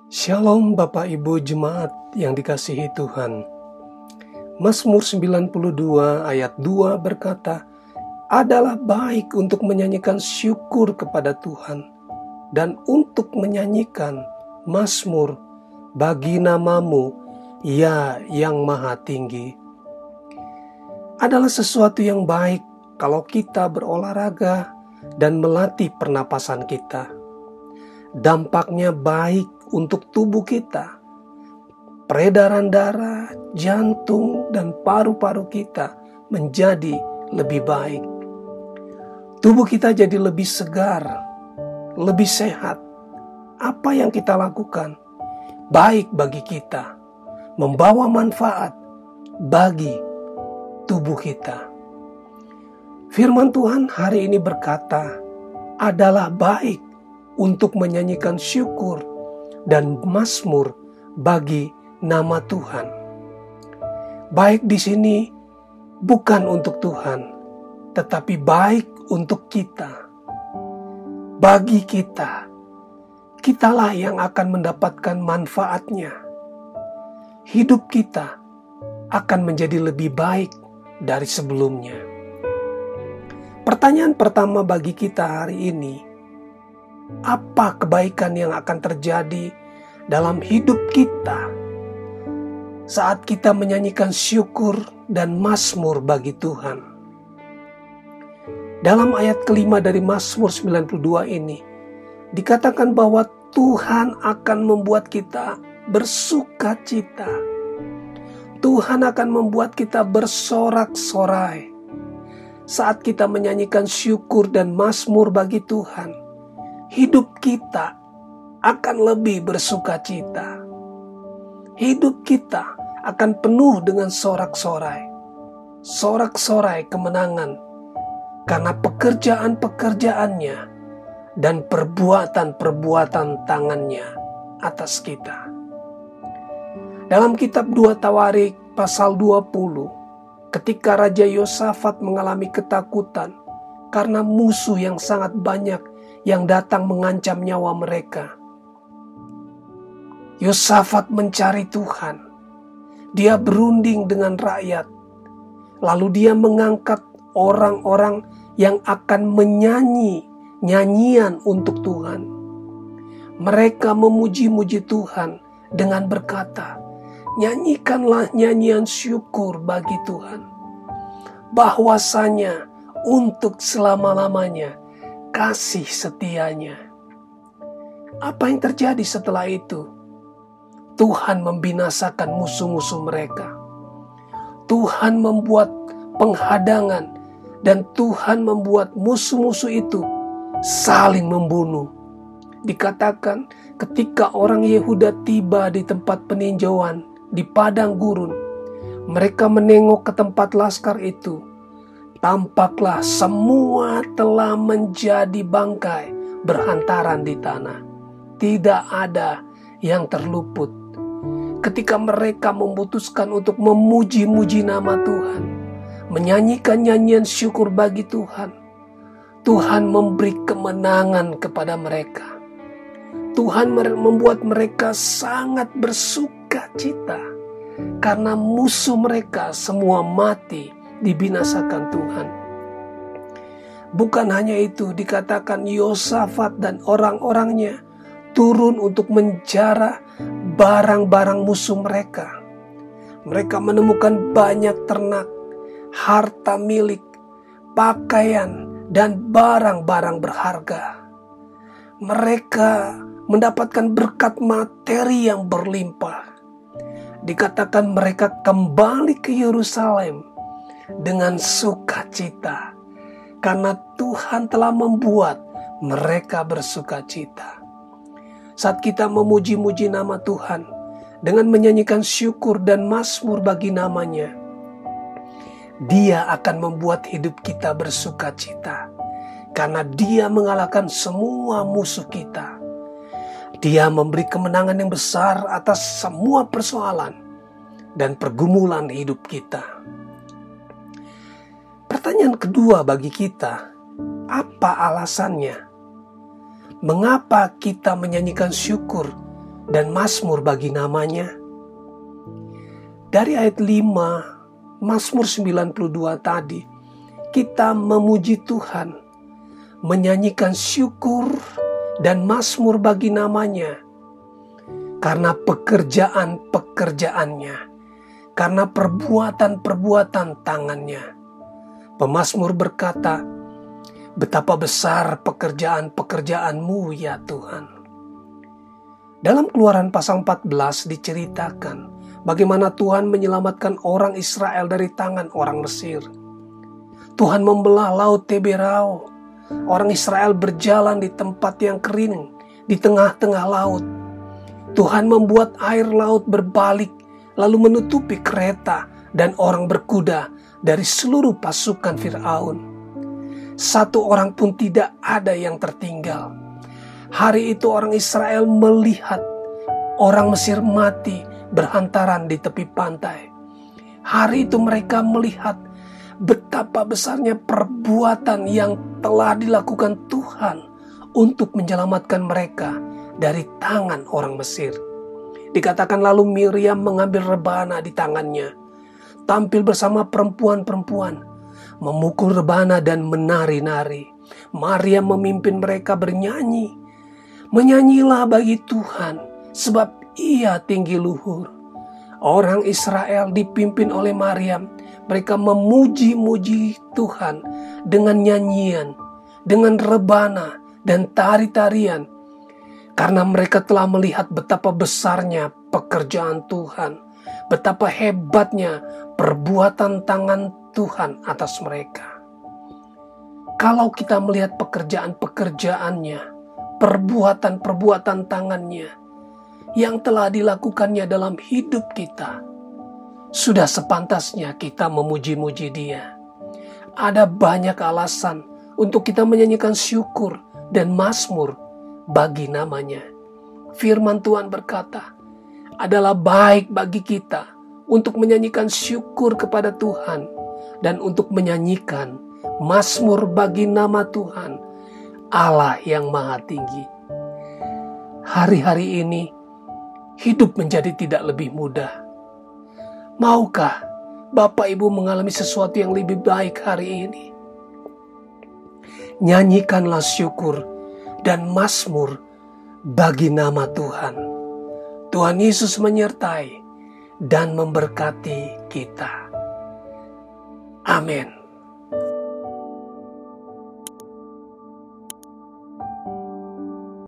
Shalom Bapak Ibu Jemaat yang dikasihi Tuhan. Mazmur 92 ayat 2 berkata, "Adalah baik untuk menyanyikan syukur kepada Tuhan dan untuk menyanyikan mazmur bagi nama-Mu, ya yang maha tinggi." Adalah sesuatu yang baik kalau kita berolahraga dan melatih pernapasan kita. Dampaknya baik untuk tubuh kita. Peredaran darah, jantung, dan paru-paru kita menjadi lebih baik. Tubuh kita jadi lebih segar, lebih sehat. Apa yang kita lakukan baik bagi kita, membawa manfaat bagi tubuh kita. Firman Tuhan hari ini berkata, adalah baik untuk menyanyikan syukur dan mazmur bagi nama Tuhan. Baik di sini bukan untuk Tuhan, tetapi baik untuk kita. Bagi kita, kitalah yang akan mendapatkan manfaatnya. Hidup kita akan menjadi lebih baik dari sebelumnya. Pertanyaan pertama bagi kita hari ini, apa kebaikan yang akan terjadi dalam hidup kita saat kita menyanyikan syukur dan mazmur bagi Tuhan? Dalam ayat kelima dari Mazmur 92 ini dikatakan bahwa Tuhan akan membuat kita bersuka cita. Tuhan akan membuat kita bersorak-sorai saat kita menyanyikan syukur dan mazmur bagi Tuhan. Hidup kita akan lebih bersuka cita. Hidup kita akan penuh dengan sorak-sorai. Sorak-sorai kemenangan karena pekerjaan-pekerjaannya dan perbuatan-perbuatan tangannya atas kita. Dalam kitab 2 Tawarik pasal 20, ketika Raja Yosafat mengalami ketakutan karena musuh yang sangat banyak yang datang mengancam nyawa mereka, Yosafat mencari Tuhan. Dia berunding dengan rakyat. Lalu dia mengangkat orang-orang yang akan menyanyi nyanyian untuk Tuhan. Mereka memuji-muji Tuhan dengan berkata, "Nyanyikanlah nyanyian syukur bagi Tuhan. Bahwasanya untuk selama-lamanya kasih setianya." Apa yang terjadi setelah itu? Tuhan membinasakan musuh-musuh mereka. Tuhan membuat penghadangan dan Tuhan membuat musuh-musuh itu saling membunuh. Dikatakan ketika orang Yehuda tiba di tempat peninjauan di padang gurun, mereka menengok ke tempat laskar itu. Tampaklah semua telah menjadi bangkai berhantaran di tanah. Tidak ada yang terluput. Ketika mereka memutuskan untuk memuji-muji nama Tuhan, menyanyikan nyanyian syukur bagi Tuhan, Tuhan memberi kemenangan kepada mereka. Tuhan membuat mereka sangat bersuka cita karena musuh mereka semua mati, dibinasakan Tuhan. Bukan hanya itu, dikatakan Yosafat dan orang-orangnya turun untuk menjara barang-barang musuh mereka. Mereka menemukan banyak ternak, harta milik, pakaian, dan barang-barang berharga. Mereka mendapatkan berkat materi yang berlimpah. Dikatakan mereka kembali ke Yerusalem dengan sukacita karena Tuhan telah membuat mereka bersukacita. Saat kita memuji-muji nama Tuhan dengan menyanyikan syukur dan mazmur bagi namanya, Dia akan membuat hidup kita bersukacita karena Dia mengalahkan semua musuh kita. Dia memberi kemenangan yang besar atas semua persoalan dan pergumulan hidup kita. Pertanyaan kedua bagi kita, apa alasannya? Mengapa kita menyanyikan syukur dan mazmur bagi namanya. Dari ayat 5 Mazmur 92 tadi, kita memuji Tuhan, menyanyikan syukur dan mazmur bagi namanya, karena pekerjaan-pekerjaannya, karena perbuatan-perbuatan tangannya. Pemazmur berkata, betapa besar pekerjaan-pekerjaan-Mu ya Tuhan. Dalam Keluaran pasal 14 diceritakan bagaimana Tuhan menyelamatkan orang Israel dari tangan orang Mesir. Tuhan membelah laut Teberau. Orang Israel berjalan di tempat yang kering, di tengah-tengah laut. Tuhan membuat air laut berbalik, lalu menutupi kereta dan orang berkuda dari seluruh pasukan Firaun. Satu orang pun tidak ada yang tertinggal. Hari itu orang Israel melihat orang Mesir mati berhantaran di tepi pantai. Hari itu mereka melihat betapa besarnya perbuatan yang telah dilakukan Tuhan untuk menyelamatkan mereka dari tangan orang Mesir. Dikatakan lalu Miriam mengambil rebana di tangannya, tampil bersama perempuan-perempuan, memukul rebana dan menari-nari. Maria memimpin mereka bernyanyi, menyanyilah bagi Tuhan, sebab Ia tinggi luhur. Orang Israel dipimpin oleh Maryam, mereka memuji-muji Tuhan dengan nyanyian, dengan rebana dan tari-tarian, karena mereka telah melihat betapa besarnya pekerjaan Tuhan, betapa hebatnya perbuatan tangan Tuhan atas mereka. Kalau kita melihat pekerjaan-pekerjaannya, perbuatan-perbuatan tangannya yang telah dilakukannya dalam hidup kita, sudah sepantasnya kita memuji-muji Dia. Ada banyak alasan untuk kita menyanyikan syukur dan mazmur bagi namanya. Firman Tuhan berkata, adalah baik bagi kita untuk menyanyikan syukur kepada Tuhan dan untuk menyanyikan mazmur bagi nama Tuhan, Allah yang Maha Tinggi. Hari-hari ini hidup menjadi tidak lebih mudah. Maukah Bapak Ibu mengalami sesuatu yang lebih baik hari ini? Nyanyikanlah syukur dan mazmur bagi nama Tuhan. Tuhan Yesus menyertai dan memberkati kita. Amin.